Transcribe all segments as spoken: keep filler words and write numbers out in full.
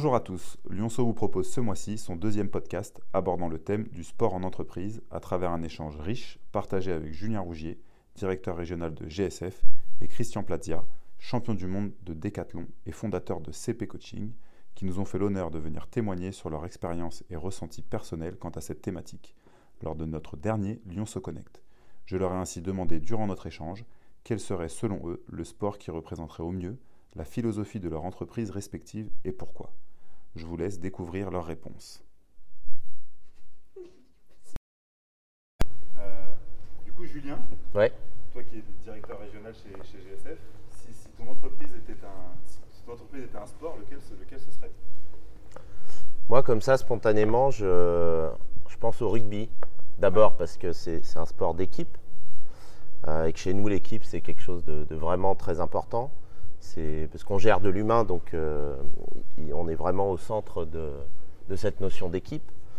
Bonjour à tous, Lionceau vous propose ce mois-ci son deuxième podcast abordant le thème du sport en entreprise à travers un échange riche partagé avec Julien Rougier, directeur régional de G S F, et Christian Plazia, champion du monde de décathlon et fondateur de C P Coaching, qui nous ont fait l'honneur de venir témoigner sur leur expérience et ressentis personnels quant à cette thématique, lors de notre dernier Lionceau Connect. Je leur ai ainsi demandé durant notre échange quel serait selon eux le sport qui représenterait au mieux la philosophie de leur entreprise respective et pourquoi. Je vous laisse découvrir leurs réponses. Euh, du coup, Julien, ouais. toi qui es directeur régional chez, chez G S F, si, si, ton entreprise était un, si ton entreprise était un sport, lequel, lequel ce serait ? Moi, comme ça, spontanément, je, je pense au rugby. D'abord ouais. parce que c'est, c'est un sport d'équipe euh, et que chez nous, l'équipe, c'est quelque chose de, de vraiment très important. C'est parce qu'on gère de l'humain, donc euh, on est vraiment au centre de, de cette notion d'équipe.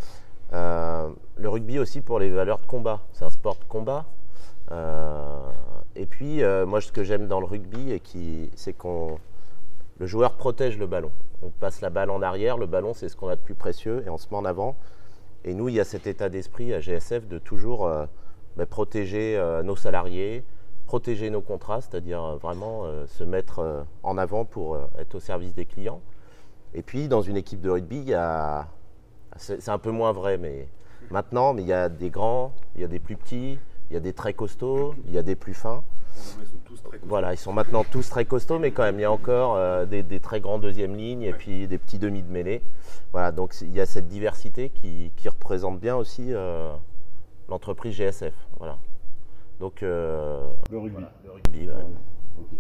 Euh, le rugby aussi pour les valeurs de combat, c'est un sport de combat. Euh, et puis euh, moi ce que j'aime dans le rugby, et qui, c'est qu'on le joueur protège le ballon. On passe la balle en arrière, le ballon c'est ce qu'on a de plus précieux et on se met en avant. Et nous il y a cet état d'esprit à G S F de toujours euh, bah, protéger euh, nos salariés, protéger nos contrats, c'est-à-dire euh, vraiment euh, se mettre euh, en avant pour euh, être au service des clients. Et puis dans une équipe de rugby, il y a, c'est, c'est un peu moins vrai, mais maintenant, mais il y a des grands, il y a des plus petits, il y a des très costauds, il y a des plus fins. Ils sont tous très costauds. Voilà, ils sont maintenant tous très costauds, mais quand même, il y a encore euh, des, des très grands deuxième lignes et ouais. puis des petits demi de mêlée. Voilà, donc il y a cette diversité qui, qui représente bien aussi euh, l'entreprise G S F. Voilà. Donc, euh, le rugby. Voilà, le rugby ouais. Okay.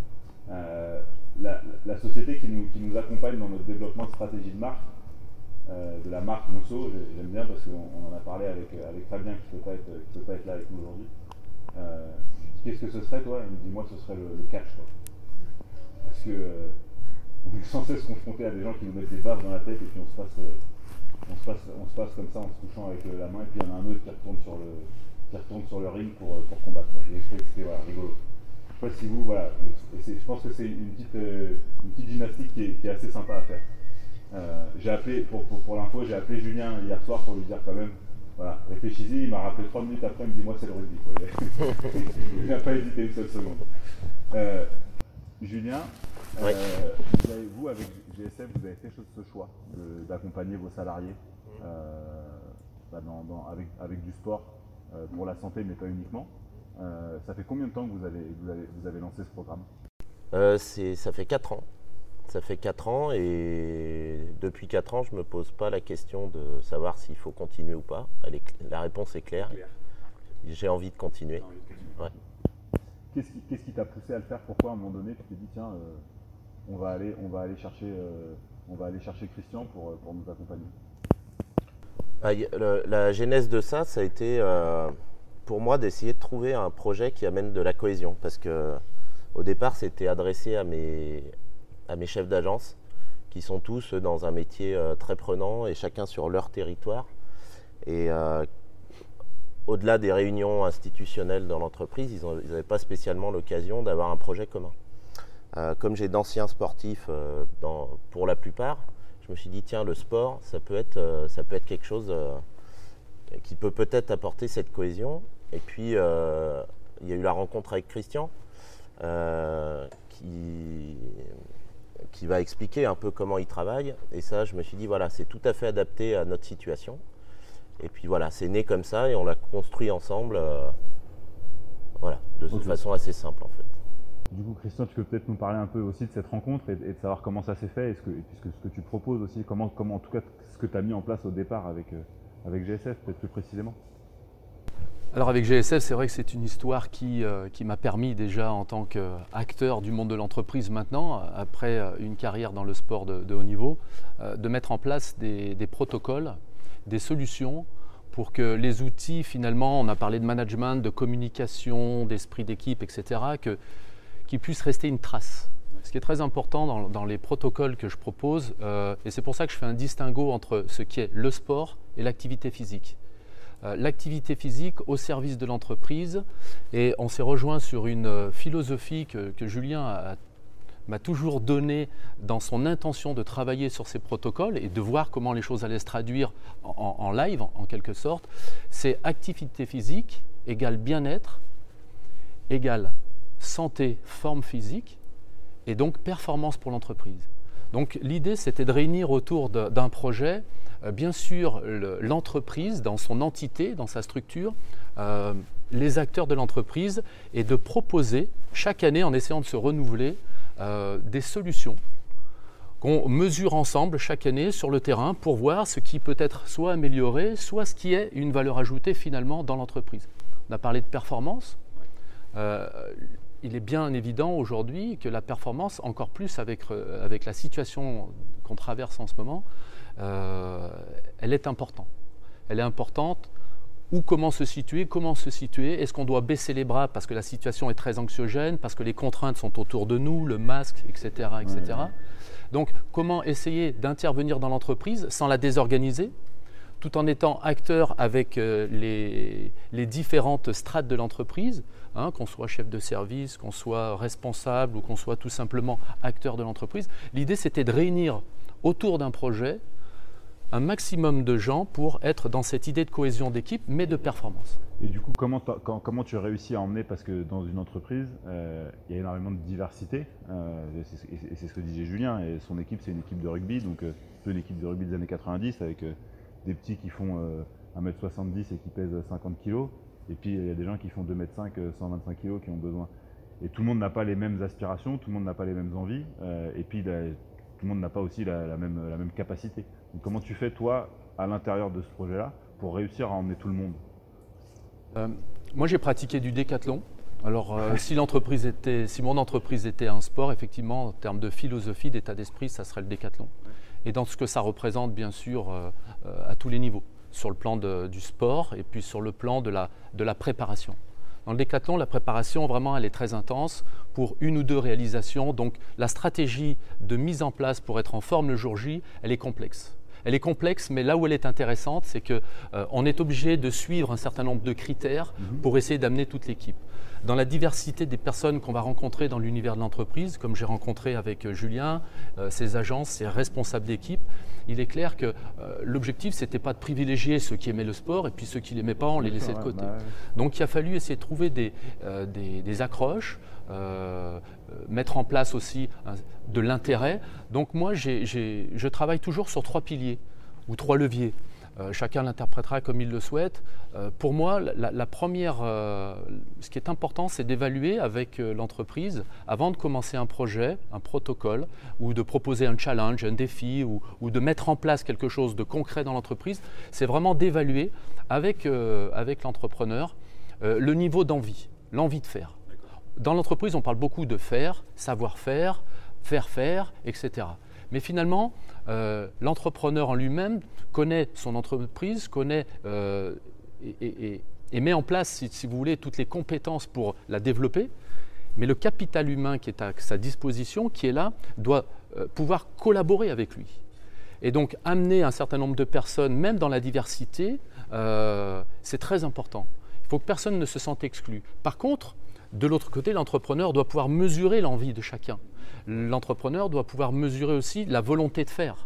Euh, la, la société qui nous, qui nous accompagne dans notre développement de stratégie de marque, euh, de la marque Lionceau, j'aime bien parce qu'on on en a parlé avec, avec Fabien qui ne peut, peut pas être là avec nous aujourd'hui. Euh, qu'est-ce que ce serait, toi ? Il me dit, moi, ce serait le, le catch. Quoi. Parce que euh, on est sans cesse confronté à des gens qui nous mettent des baffes dans la tête et puis on se passe, euh, on se passe, on se passe comme ça en se touchant avec la main, et puis il y en a un autre qui retourne sur le. qui retourne sur le ring pour, pour combattre. Et je trouvais que c'était voilà, rigolo. Je sais pas si vous, voilà, et c'est, je pense que c'est une petite, euh, une petite gymnastique qui est, qui est assez sympa à faire. Euh, j'ai appelé, pour, pour, pour l'info, j'ai appelé Julien hier soir pour lui dire quand même, voilà, réfléchis-y, il m'a rappelé trois minutes après, il me dit moi c'est le rugby. Quoi. Il n'a pas hésité une seule seconde. Euh, Julien, euh, oui. vous, avez, vous avec G S F, vous avez fait ce choix de, d'accompagner vos salariés euh, bah dans, dans, avec, avec du sport. Euh, pour la santé, mais pas uniquement. Euh, ça fait combien de temps que vous avez, vous avez, vous avez lancé ce programme ? euh, c'est, Ça fait quatre ans. Ça fait quatre ans et depuis quatre ans, je ne me pose pas la question de savoir s'il faut continuer ou pas. Elle est, la réponse est claire. claire. J'ai envie de continuer. Envie de continuer. Ouais. Qu'est-ce, qui, qu'est-ce qui t'a poussé à le faire ? Pourquoi à un moment donné, tu t'es dit, tiens, euh, on, va aller, on, va aller chercher, euh, on va aller chercher Christian pour, pour nous accompagner ? Ah, le, la genèse de ça, ça a été euh, pour moi d'essayer de trouver un projet qui amène de la cohésion. Parce que au départ, c'était adressé à mes, à mes chefs d'agence, qui sont tous dans un métier euh, très prenant et chacun sur leur territoire. Et euh, au-delà des réunions institutionnelles dans l'entreprise, ils n'avaient pas spécialement l'occasion d'avoir un projet commun. Euh, comme j'ai d'anciens sportifs euh, dans, pour la plupart, je me suis dit, tiens, le sport, ça peut être, euh, ça peut être quelque chose euh, qui peut peut-être apporter cette cohésion. Et puis, euh, il y a eu la rencontre avec Christian, euh, qui, qui va expliquer un peu comment il travaille. Et ça, je me suis dit, voilà, c'est tout à fait adapté à notre situation. Et puis voilà, c'est né comme ça et on l'a construit ensemble, euh, voilà, de okay. façon assez simple en fait. Du coup, Christian, tu peux peut-être nous parler un peu aussi de cette rencontre et, et de savoir comment ça s'est fait et ce que, et ce que, ce que tu proposes aussi, comment, comment en tout cas ce que tu as mis en place au départ avec, euh, avec G S F, peut-être plus précisément. Alors avec G S F, c'est vrai que c'est une histoire qui, euh, qui m'a permis déjà en tant qu'acteur du monde de l'entreprise maintenant, après une carrière dans le sport de, de haut niveau, euh, de mettre en place des, des protocoles, des solutions pour que les outils, finalement, on a parlé de management, de communication, d'esprit d'équipe, et cetera, que qui puisse rester une trace. Ce qui est très important dans, dans les protocoles que je propose, euh, et c'est pour ça que je fais un distinguo entre ce qui est le sport et l'activité physique. Euh, l'activité physique au service de l'entreprise, et on s'est rejoint sur une philosophie que, que Julien a m'a toujours donné dans son intention de travailler sur ces protocoles et de voir comment les choses allaient se traduire en, en live, en, en quelque sorte, c'est activité physique égale bien-être, égale santé, forme physique, et donc performance pour l'entreprise. Donc l'idée, c'était de réunir autour de, d'un projet, euh, bien sûr, le, l'entreprise dans son entité, dans sa structure, euh, les acteurs de l'entreprise, et de proposer chaque année, en essayant de se renouveler, euh, des solutions qu'on mesure ensemble chaque année sur le terrain pour voir ce qui peut être soit amélioré, soit ce qui est une valeur ajoutée finalement dans l'entreprise. On a parlé de performance. Euh, il est bien évident aujourd'hui que la performance, encore plus avec, euh, avec la situation qu'on traverse en ce moment, euh, elle est importante. Elle est importante. Où, comment se situer, comment se situer, est-ce qu'on doit baisser les bras parce que la situation est très anxiogène, parce que les contraintes sont autour de nous, le masque, et cetera, et cetera. Ouais. Donc, comment essayer d'intervenir dans l'entreprise sans la désorganiser, tout en étant acteur avec euh, les, les différentes strates de l'entreprise, hein, qu'on soit chef de service, qu'on soit responsable ou qu'on soit tout simplement acteur de l'entreprise. L'idée, c'était de réunir autour d'un projet un maximum de gens pour être dans cette idée de cohésion d'équipe, mais de performance. Et du coup, comment, quand, comment tu réussis à emmener, parce que dans une entreprise, euh, il y a énormément de diversité, euh, et, c'est, et c'est ce que disait Julien, et son équipe, c'est une équipe de rugby, donc euh, une équipe de rugby des années quatre-vingt-dix, avec euh, des petits qui font euh, un mètre soixante-dix et qui pèsent cinquante kilos, et puis il y a des gens qui font deux mètres cinq, cent vingt-cinq kilos, qui ont besoin. Et tout le monde n'a pas les mêmes aspirations, tout le monde n'a pas les mêmes envies, euh, et puis la, tout le monde n'a pas aussi la, la, même, la même capacité. Donc comment tu fais, toi, à l'intérieur de ce projet-là, pour réussir à emmener tout le monde ? euh, Moi, j'ai pratiqué du décathlon. Alors, euh, si, l'entreprise était, si mon entreprise était un sport, effectivement, en termes de philosophie, d'état d'esprit, ça serait le décathlon. Et dans ce que ça représente, bien sûr, euh, euh, à tous les niveaux, sur le plan de, du sport et puis sur le plan de la, de la préparation. Dans le décathlon, la préparation, vraiment, elle est très intense pour une ou deux réalisations. Donc, la stratégie de mise en place pour être en forme le jour J, elle est complexe. Elle est complexe, mais là où elle est intéressante, c'est qu'on euh, est obligé de suivre un certain nombre de critères pour essayer d'amener toute l'équipe. Dans la diversité des personnes qu'on va rencontrer dans l'univers de l'entreprise, comme j'ai rencontré avec euh, Julien, euh, ses agences, ses responsables d'équipe, il est clair que euh, l'objectif, ce n'était pas de privilégier ceux qui aimaient le sport et puis ceux qui ne l'aimaient pas, on les laissait de côté. Bah ouais. Donc il a fallu essayer de trouver des, euh, des, des accroches, euh, mettre en place aussi hein, de l'intérêt. Donc moi, j'ai, j'ai, je travaille toujours sur trois piliers ou trois leviers. Euh, chacun l'interprétera comme il le souhaite. Euh, pour moi, la, la première, euh, ce qui est important, c'est d'évaluer avec euh, l'entreprise, avant de commencer un projet, un protocole, ou de proposer un challenge, un défi, ou, ou de mettre en place quelque chose de concret dans l'entreprise, c'est vraiment d'évaluer avec, euh, avec l'entrepreneur euh, le niveau d'envie, l'envie de faire. Dans l'entreprise, on parle beaucoup de faire, savoir-faire, faire faire, et cetera. Mais finalement, euh, l'entrepreneur en lui-même connaît son entreprise, connaît euh, et, et, et met en place, si, si vous voulez, toutes les compétences pour la développer. Mais le capital humain qui est à sa disposition, qui est là, doit euh, pouvoir collaborer avec lui. Et donc, amener un certain nombre de personnes, même dans la diversité, euh, c'est très important. Il faut que personne ne se sente exclu. Par contre, de l'autre côté, l'entrepreneur doit pouvoir mesurer l'envie de chacun. L'entrepreneur doit pouvoir mesurer aussi la volonté de faire.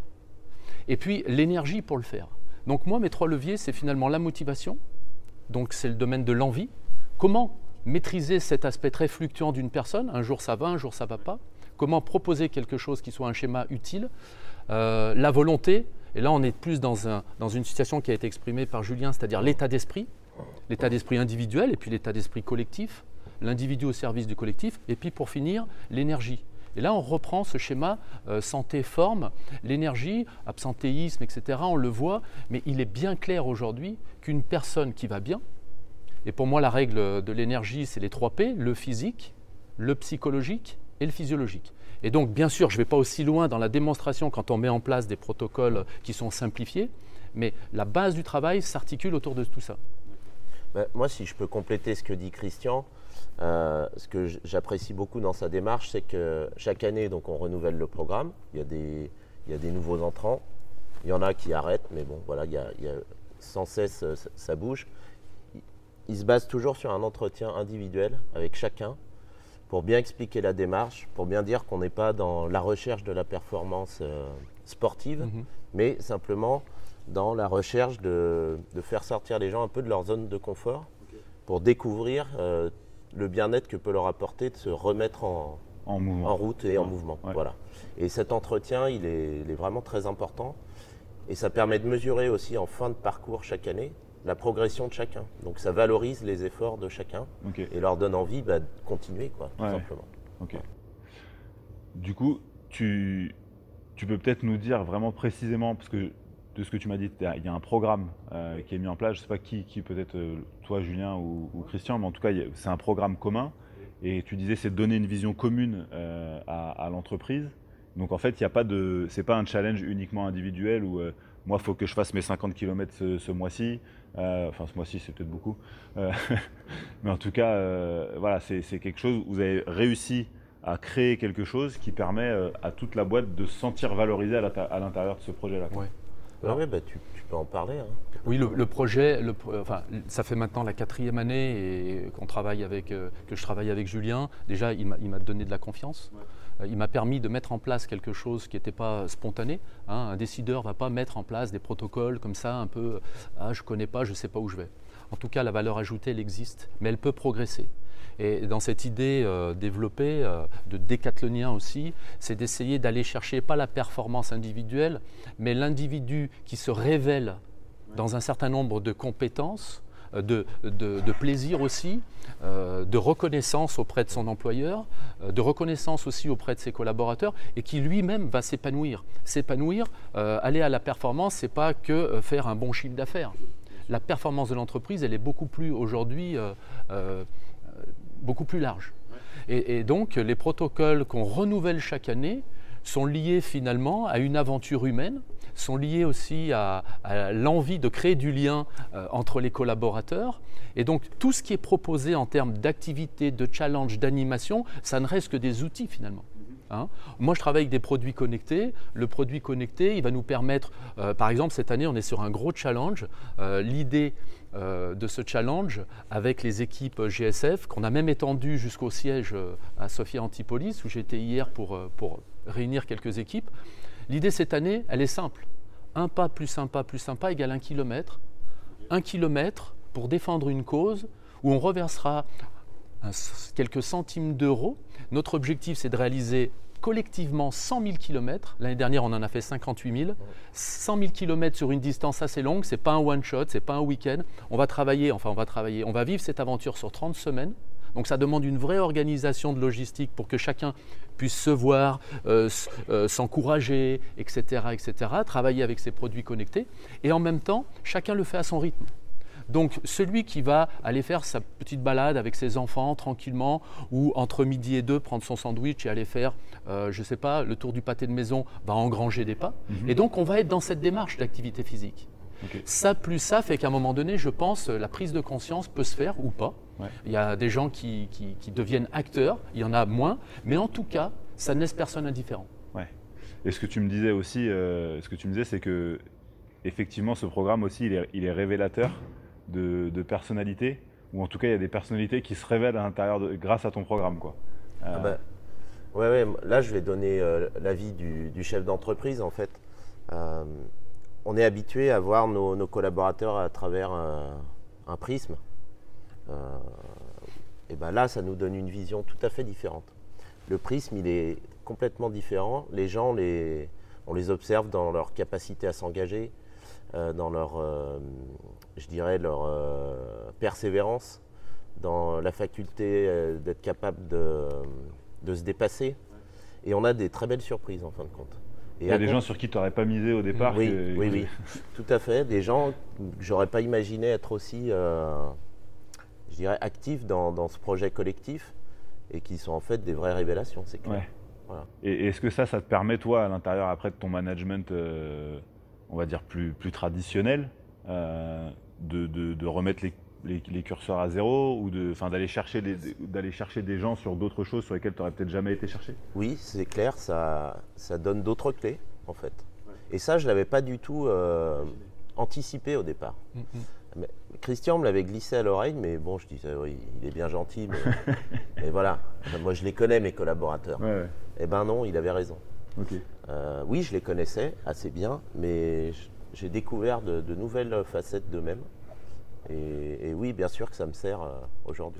Et puis, l'énergie pour le faire. Donc moi, mes trois leviers, c'est finalement la motivation. Donc c'est le domaine de l'envie. Comment maîtriser cet aspect très fluctuant d'une personne ? Un jour ça va, un jour ça ne va pas. Comment proposer quelque chose qui soit un schéma utile ? euh, La volonté. Et là, on est plus dans, un, dans une situation qui a été exprimée par Julien, c'est-à-dire l'état d'esprit. L'état d'esprit individuel et puis l'état d'esprit collectif. L'individu au service du collectif, et puis pour finir, l'énergie. Et là, on reprend ce schéma euh, santé-forme, l'énergie, absentéisme, et cetera, on le voit, mais il est bien clair aujourd'hui qu'une personne qui va bien, et pour moi la règle de l'énergie, c'est les trois P, le physique, le psychologique et le physiologique. Et donc, bien sûr, je ne vais pas aussi loin dans la démonstration quand on met en place des protocoles qui sont simplifiés, mais la base du travail s'articule autour de tout ça. Ben, moi, si je peux compléter ce que dit Christian, Euh, ce que j'apprécie beaucoup dans sa démarche, c'est que chaque année, donc, on renouvelle le programme. Il y a des, il y a des nouveaux entrants. Il y en a qui arrêtent, mais bon, voilà, il y a, il y a sans cesse, ça, ça bouge. Il, il se base toujours sur un entretien individuel avec chacun pour bien expliquer la démarche, pour bien dire qu'on n'est pas dans la recherche de la performance euh, sportive, mmh. mais simplement dans la recherche de, de faire sortir les gens un peu de leur zone de confort okay. pour découvrir euh, le bien-être que peut leur apporter de se remettre en, en, mouvement. en route et ouais. en mouvement. Ouais. Voilà. Et cet entretien, il est, il est vraiment très important et ça permet de mesurer aussi en fin de parcours chaque année la progression de chacun. Donc ça valorise les efforts de chacun okay. et leur donne envie bah, de continuer, quoi, tout ouais. simplement. Okay. Du coup, tu, tu peux peut-être nous dire vraiment précisément, parce que de ce que tu m'as dit, il y a un programme euh, qui est mis en place, je ne sais pas qui, qui peut-être euh, toi, Julien ou, ou Christian, mais en tout cas, c'est un programme commun. Et tu disais, c'est de donner une vision commune euh, à, à l'entreprise. Donc en fait, il n'y a pas de, c'est pas un challenge uniquement individuel où euh, moi, il faut que je fasse mes cinquante kilomètres ce, ce mois-ci. Euh, enfin, ce mois-ci, c'est peut-être beaucoup. Euh, mais en tout cas, euh, voilà, c'est, c'est quelque chose où vous avez réussi à créer quelque chose qui permet euh, à toute la boîte de se sentir valorisée à, à l'intérieur de ce projet-là. Ouais. Ah oui, bah, tu, tu peux en parler. Hein. Oui, le, le projet, le, enfin, ça fait maintenant la quatrième année et qu'on travaille avec, euh, que je travaille avec Julien. Déjà, il m'a, il m'a donné de la confiance. Ouais. Euh, il m'a permis de mettre en place quelque chose qui n'était pas spontané. Hein. Un décideur ne va pas mettre en place des protocoles comme ça, un peu « ah, je ne connais pas, je ne sais pas où je vais ». En tout cas, la valeur ajoutée, elle existe, mais elle peut progresser. Et dans cette idée euh, développée, euh, de décathlonien aussi, c'est d'essayer d'aller chercher, pas la performance individuelle, mais l'individu qui se révèle dans un certain nombre de compétences, de, de, de plaisir aussi, euh, de reconnaissance auprès de son employeur, euh, de reconnaissance aussi auprès de ses collaborateurs, et qui lui-même va s'épanouir. S'épanouir, euh, aller à la performance, ce n'est pas que euh, faire un bon chiffre d'affaires. La performance de l'entreprise, elle est beaucoup plus aujourd'hui euh, euh, beaucoup plus large. Et, et donc, les protocoles qu'on renouvelle chaque année sont liés finalement à une aventure humaine, sont liés aussi à, à l'envie de créer du lien euh, entre les collaborateurs. Et donc, tout ce qui est proposé en termes d'activité, de challenge, d'animation, ça ne reste que des outils finalement. Hein. Moi, je travaille avec des produits connectés. Le produit connecté, il va nous permettre, euh, par exemple, cette année, on est sur un gros challenge. Euh, l'idée euh, de ce challenge avec les équipes G S F, qu'on a même étendu jusqu'au siège euh, à Sophia Antipolis, où j'étais hier pour, euh, pour réunir quelques équipes. L'idée cette année, elle est simple. Un pas plus un pas plus un pas égale un kilomètre. Un kilomètre pour défendre une cause où on reversera quelques centimes d'euros. Notre objectif, c'est de réaliser collectivement cent mille kilomètres. L'année dernière, on en a fait cinquante-huit mille. cent mille kilomètres sur une distance assez longue, ce n'est pas un one-shot, ce n'est pas un week-end. On va travailler, enfin on va travailler, on va vivre cette aventure sur trente semaines. Donc ça demande une vraie organisation de logistique pour que chacun puisse se voir, euh, euh, s'encourager, et cetera, et cetera, travailler avec ses produits connectés. Et en même temps, chacun le fait à son rythme. Donc celui qui va aller faire sa petite balade avec ses enfants tranquillement ou entre midi et deux prendre son sandwich et aller faire, euh, je ne sais pas, le tour du pâté de maison, va engranger des pas. Mm-hmm. Et donc on va être dans cette démarche d'activité physique. Okay. Ça plus ça fait qu'à un moment donné, je pense, la prise de conscience peut se faire ou pas. Ouais. Il y a des gens qui, qui, qui deviennent acteurs, il y en a moins, mais en tout cas, ça ne laisse personne indifférent. Ouais. Et ce que tu me disais aussi, euh, ce que tu me disais, c'est que effectivement, ce programme aussi, il est, il est révélateur de, de personnalités, ou en tout cas, il y a des personnalités qui se révèlent à l'intérieur de, grâce à ton programme, quoi. Euh... Ah bah, ouais, ouais, là, je vais donner euh, l'avis du, du chef d'entreprise, en fait. Euh, on est habitué à voir nos, nos collaborateurs à travers un, un prisme. Euh, et ben là, ça nous donne une vision tout à fait différente. Le prisme, il est complètement différent. Les gens, les, on les observe dans leur capacité à s'engager, euh, dans leur, euh, je dirais, leur euh, persévérance, dans la faculté euh, d'être capable de, de se dépasser. Et on a des très belles surprises, en fin de compte. Et il y a des gens sur qui tu n'aurais pas misé au départ. Oui, que, oui, que... oui, tout à fait. Des gens que j'aurais pas imaginé être aussi, euh, je dirais, actifs dans, dans ce projet collectif et qui sont en fait des vraies révélations, c'est clair. Ouais. Voilà. Et, et est-ce que ça, ça te permet, toi, à l'intérieur après de ton management, euh, on va dire plus, plus traditionnel, euh, de, de, de remettre les, les, les curseurs à zéro ou de, d'aller chercher, des, d'aller chercher des gens sur d'autres choses sur lesquelles tu n'aurais peut-être jamais été chercher? Oui, c'est clair, ça, ça donne d'autres clés, en fait. Ouais. Et ça, je ne l'avais pas du tout euh, anticipé au départ. Mm-hmm. Mais Christian me l'avait glissé à l'oreille, mais bon, je disais, oui, il est bien gentil, mais, mais voilà. Moi, je les connais, mes collaborateurs. Ouais, ouais. Eh ben non, il avait raison. Ok. Euh, oui, je les connaissais assez bien, mais j'ai découvert de, de nouvelles facettes d'eux-mêmes. Et, et oui, bien sûr que ça me sert euh, aujourd'hui.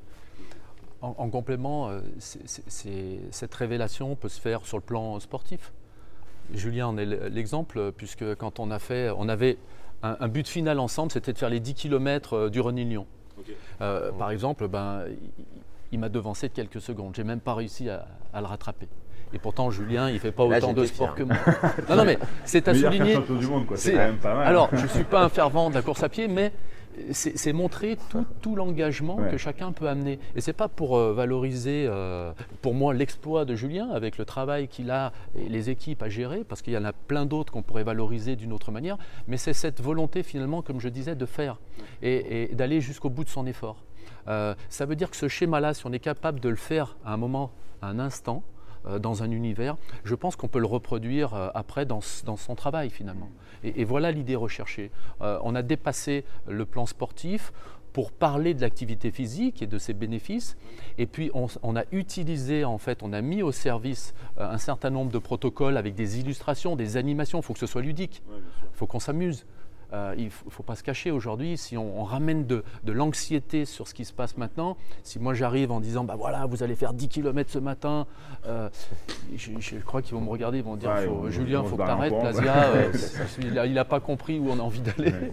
En, en complément, euh, c'est, c'est, cette révélation peut se faire sur le plan sportif. Julien en est l'exemple, puisque quand on a fait, on avait un, un but final ensemble, c'était de faire les dix kilomètres du René-Lyon. Okay. Euh, par exemple, ben, il, il m'a devancé de quelques secondes. J'ai même pas réussi à, à le rattraper. Et pourtant, Julien, il ne fait pas Là, autant de sport fier. que moi. Non, non, mais c'est à souligner. Champion du monde, quoi. C'est quand même pas mal. Alors, je ne suis pas un fervent de la course à pied, mais c'est, c'est montrer tout, tout l'engagement ouais. que chacun peut amener. Et ce n'est pas pour euh, valoriser, euh, pour moi, l'exploit de Julien avec le travail qu'il a et les équipes à gérer, parce qu'il y en a plein d'autres qu'on pourrait valoriser d'une autre manière, mais c'est cette volonté, finalement, comme je disais, de faire et, et d'aller jusqu'au bout de son effort. Euh, ça veut dire que ce schéma-là, si on est capable de le faire à un moment, à un instant, euh, dans un univers, je pense qu'on peut le reproduire euh, après dans, dans son travail finalement. Et, et voilà l'idée recherchée. Euh, on a dépassé le plan sportif pour parler de l'activité physique et de ses bénéfices. Et puis on, on a utilisé, en fait, on a mis au service euh, un certain nombre de protocoles avec des illustrations, des animations. Il faut que ce soit ludique, il ouais, faut qu'on s'amuse. Euh, il ne faut, faut pas se cacher aujourd'hui, si on, on ramène de, de l'anxiété sur ce qui se passe maintenant, si moi j'arrive en disant bah voilà, vous allez faire dix kilomètres ce matin, euh, je, je crois qu'ils vont me regarder, ils vont dire ouais, faut, on, Julien, il faut que tu arrêtes, Plasia, euh, il n'a pas compris où on a envie d'aller. Ouais.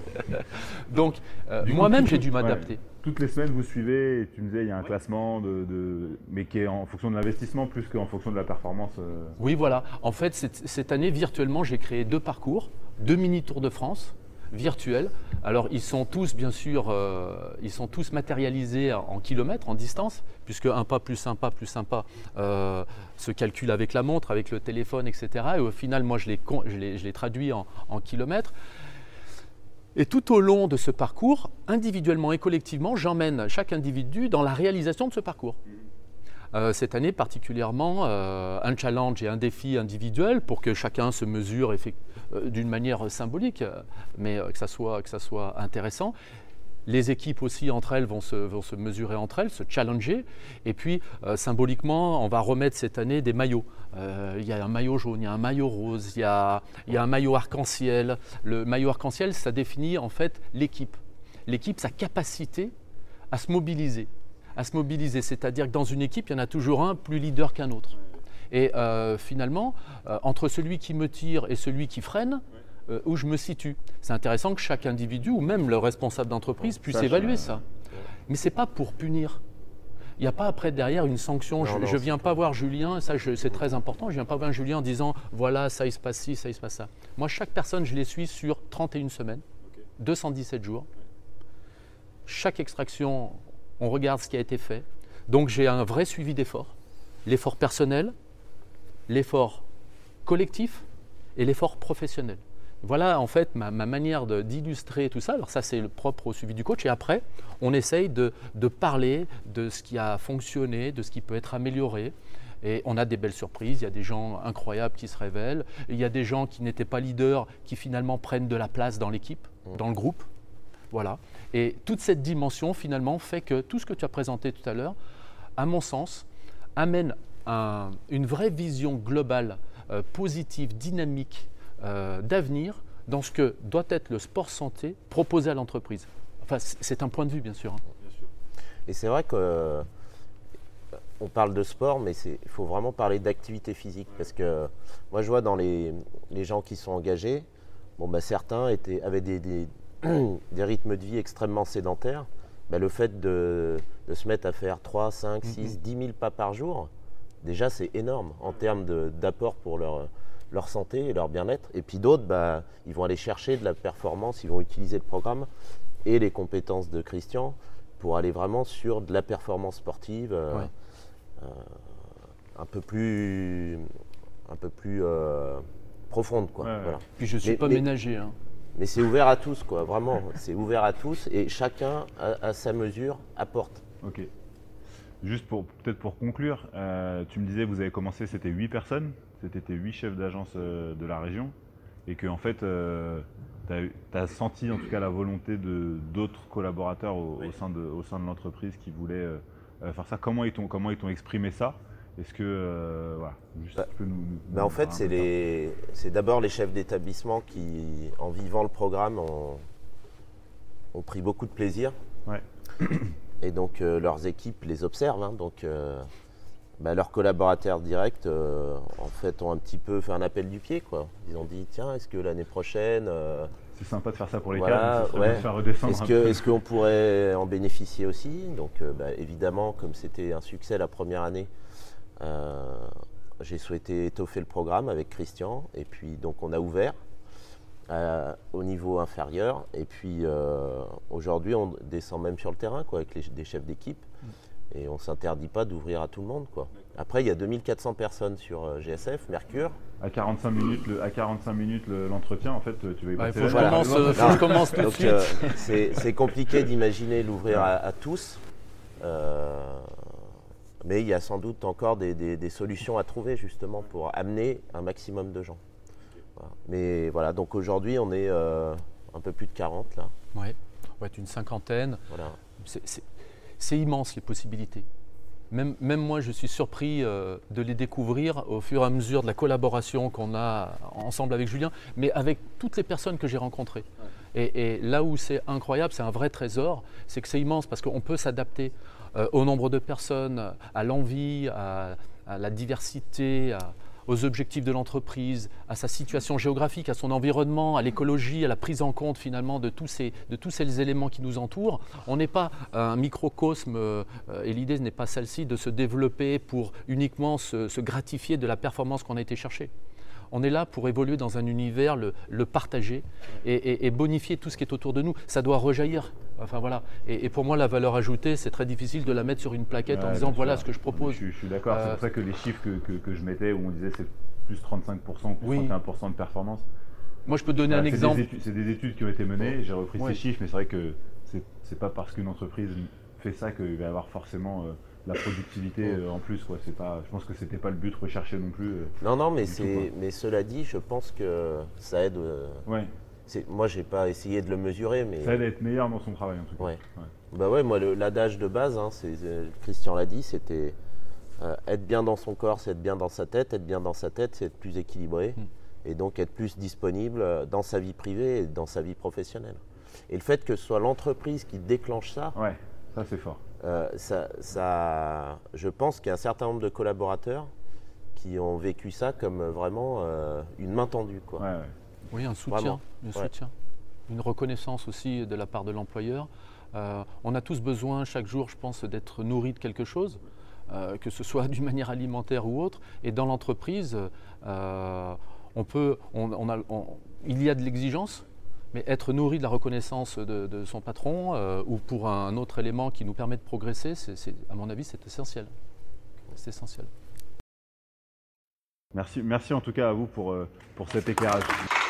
Donc euh, moi-même j'ai dû m'adapter. Ouais. Toutes les semaines vous suivez, et tu me disais il y a un ouais. classement, de, de, mais qui est en fonction de l'investissement plus qu'en fonction de la performance. Euh... Oui voilà, en fait cette, cette année virtuellement j'ai créé deux parcours, deux mini-tours de France virtuels. Alors ils sont tous bien sûr, euh, ils sont tous matérialisés en kilomètres, en distance, puisque un pas plus un pas plus un pas euh, se calcule avec la montre, avec le téléphone, et cetera. Et au final, moi je les, je les, je les traduis en, en kilomètres. Et tout au long de ce parcours, individuellement et collectivement, j'emmène chaque individu dans la réalisation de ce parcours. Euh, cette année particulièrement, euh, un challenge et un défi individuel pour que chacun se mesure effect- euh, d'une manière symbolique, mais euh, que ça soit, que ça soit intéressant. Les équipes aussi, entre elles, vont se, vont se mesurer entre elles, se challenger. Et puis, euh, symboliquement, on va remettre cette année des maillots. Euh, il y a un maillot jaune, il y a un maillot rose, il y a, il y a un maillot arc-en-ciel. Le maillot arc-en-ciel, ça définit en fait l'équipe. L'équipe, sa capacité à se mobiliser. à se mobiliser, c'est-à-dire que dans une équipe, il y en a toujours un plus leader qu'un autre. Et euh, finalement, euh, entre celui qui me tire et celui qui freine, euh, où je me situe. C'est intéressant que chaque individu, ou même le responsable d'entreprise, puisse ça, évaluer ça. Mais ce n'est pas pour punir. Il n'y a pas après derrière une sanction. Non, je ne viens pas voir Julien, ça je, c'est très important, je ne viens pas voir Julien en disant voilà, ça il se passe ci, ça il se passe ça. Moi, chaque personne, je les suis sur trente et une semaines, okay. deux cent dix-sept jours. Chaque extraction, on regarde ce qui a été fait. Donc j'ai un vrai suivi d'effort. L'effort personnel, l'effort collectif et l'effort professionnel. Voilà en fait ma, ma manière de, d'illustrer tout ça. Alors ça c'est le propre au suivi du coach. Et après, on essaye de, de parler de ce qui a fonctionné, de ce qui peut être amélioré. Et on a des belles surprises. Il y a des gens incroyables qui se révèlent. Il y a des gens qui n'étaient pas leaders qui finalement prennent de la place dans l'équipe, dans le groupe. Voilà. Et toute cette dimension, finalement, fait que tout ce que tu as présenté tout à l'heure, à mon sens, amène un, une vraie vision globale, euh, positive, dynamique, euh, d'avenir dans ce que doit être le sport santé proposé à l'entreprise. Enfin, c'est un point de vue, bien sûr. Hein. Bien sûr. Et c'est vrai qu'on euh, parle de sport, mais il faut vraiment parler d'activité physique. Parce que moi, je vois dans les, les gens qui sont engagés, bon, bah, certains étaient, avaient des... des des rythmes de vie extrêmement sédentaires, bah, le fait de, de se mettre à faire trois, cinq, six, dix mille pas par jour, déjà c'est énorme en termes de, d'apport pour leur, leur santé et leur bien-être. Et puis d'autres, bah, ils vont aller chercher de la performance, ils vont utiliser le programme et les compétences de Christian pour aller vraiment sur de la performance sportive euh, ouais. euh, un peu plus, un peu plus euh, profonde. Quoi. Ouais, voilà. Puis je ne suis mais, pas mais, ménager. Hein. Mais c'est ouvert à tous, quoi, vraiment. C'est ouvert à tous et chacun, à, à sa mesure, apporte. Ok. Juste pour, peut-être pour conclure, euh, tu me disais, vous avez commencé, c'était huit personnes, c'était huit chefs d'agence euh, de la région, et que en fait, euh, tu as senti en tout cas la volonté de d'autres collaborateurs au, Oui. au sein de, au sein de l'entreprise qui voulaient euh, euh, faire ça. Comment ils t'ont comment ils t'ont exprimé ça? Est-ce que euh, voilà, juste Bah, tu peux nous, nous Mais en fait, c'est les... c'est d'abord les chefs d'établissement qui, en vivant le programme, ont, ont pris beaucoup de plaisir. Ouais. Et donc, euh, leurs équipes les observent. Hein, donc, euh, bah, leurs collaborateurs directs, euh, en fait, ont un petit peu fait un appel du pied, quoi. Ils ont dit, tiens, est-ce que l'année prochaine, euh, C'est sympa de faire ça pour les voilà, cadres, mais ce serait ouais. bien de faire redescendre est-ce un que, peu. est-ce qu'on pourrait en bénéficier aussi? Donc, euh, bah, évidemment, comme c'était un succès la première année, euh, j'ai souhaité étoffer le programme avec Christian. Et puis, donc, on a ouvert euh, au niveau inférieur. Et puis, euh, aujourd'hui, on descend même sur le terrain, quoi, avec les, des chefs d'équipe. Et on ne s'interdit pas d'ouvrir à tout le monde, quoi. Après, il y a deux mille quatre cents personnes sur euh, G S F, Mercure. À quarante-cinq minutes, le, à quarante-cinq minutes le- l'entretien, en fait, tu vas y Ouais, passer faut que je la nuit. commence, Voilà. euh, faut que je commence tout de Donc, suite. euh, c'est, c'est compliqué d'imaginer l'ouvrir à, à tous. Euh, mais il y a sans doute encore des, des- des solutions à trouver, justement, pour amener un maximum de gens. Voilà. Mais voilà, donc aujourd'hui, on est euh, un peu plus de quarante, là. Ouais, ouais, une cinquantaine. Voilà. C'est, c'est- c'est immense les possibilités. Même, même moi, je suis surpris euh, de les découvrir au fur et à mesure de la collaboration qu'on a ensemble avec Julien, mais avec toutes les personnes que j'ai rencontrées. Et, et là où c'est incroyable, c'est un vrai trésor, c'est que c'est immense parce qu'on peut s'adapter euh, au nombre de personnes, à l'envie, à, à la diversité, à- aux objectifs de l'entreprise, à sa situation géographique, à son environnement, à l'écologie, à la prise en compte finalement de tous ces, de tous ces éléments qui nous entourent. On n'est pas un microcosme euh, et l'idée n'est pas celle-ci de se développer pour uniquement se, se gratifier de la performance qu'on a été chercher. On est là pour évoluer dans un univers, le, le partager et, et- et bonifier tout ce qui est autour de nous. Ça doit rejaillir. Enfin voilà. Et, et pour moi, la valeur ajoutée, c'est très difficile de la mettre sur une plaquette en Ouais, disant bien voilà sûr. ce que je propose. Je, suis- je suis d'accord, c'est Euh, pour ça que les chiffres que, que, que je mettais, où on disait c'est plus trente-cinq pour cent, plus Oui. trente et un pour cent de performance. Moi, je peux donner Voilà, un c'est exemple. Des études, c'est des études qui ont été menées, j'ai repris Ouais. ces chiffres, mais c'est vrai que c'est, c'est pas parce qu'une entreprise fait ça qu'il va y avoir forcément euh, la productivité Ouais. euh, en plus. Quoi. C'est pas, je pense que c'était pas le but recherché non plus. euh. Non, non, mais, Du tout, c'est, quoi. mais cela dit, je pense que ça aide. euh, Ouais, c'est, moi, j'ai pas essayé de le mesurer, mais. ça aide à être meilleur dans son travail en tout cas. Ouais. Ouais. Bah ouais, moi, le- l'adage de base, hein, c'est, euh, Christian l'a dit, c'était euh, être bien dans son corps, c'est être bien dans sa tête. Être bien dans sa tête, c'est être plus équilibré. Mm. Et donc être plus disponible euh, dans sa vie privée et dans sa vie professionnelle. Et le fait que ce soit l'entreprise qui déclenche ça, Ouais, ça c'est fort. euh, ça, ça, je pense qu'il y a un certain nombre de collaborateurs qui ont vécu ça comme vraiment euh, une main tendue, quoi. Ouais, ouais. Oui, un soutien, Vraiment. un Ouais. soutien. Une reconnaissance aussi de la part de l'employeur. Euh, on a tous besoin chaque jour, je pense, d'être nourris de quelque chose, euh, que ce soit d'une manière alimentaire ou autre. Et dans l'entreprise, euh, on peut, on, on a, on- il y a de l'exigence, mais être nourri de la reconnaissance de, de son patron euh, ou pour un autre élément qui nous permet de progresser, c'est, c'est- à mon avis, c'est essentiel. C'est essentiel. Merci, merci en tout cas à vous pour, euh, pour cet éclairage.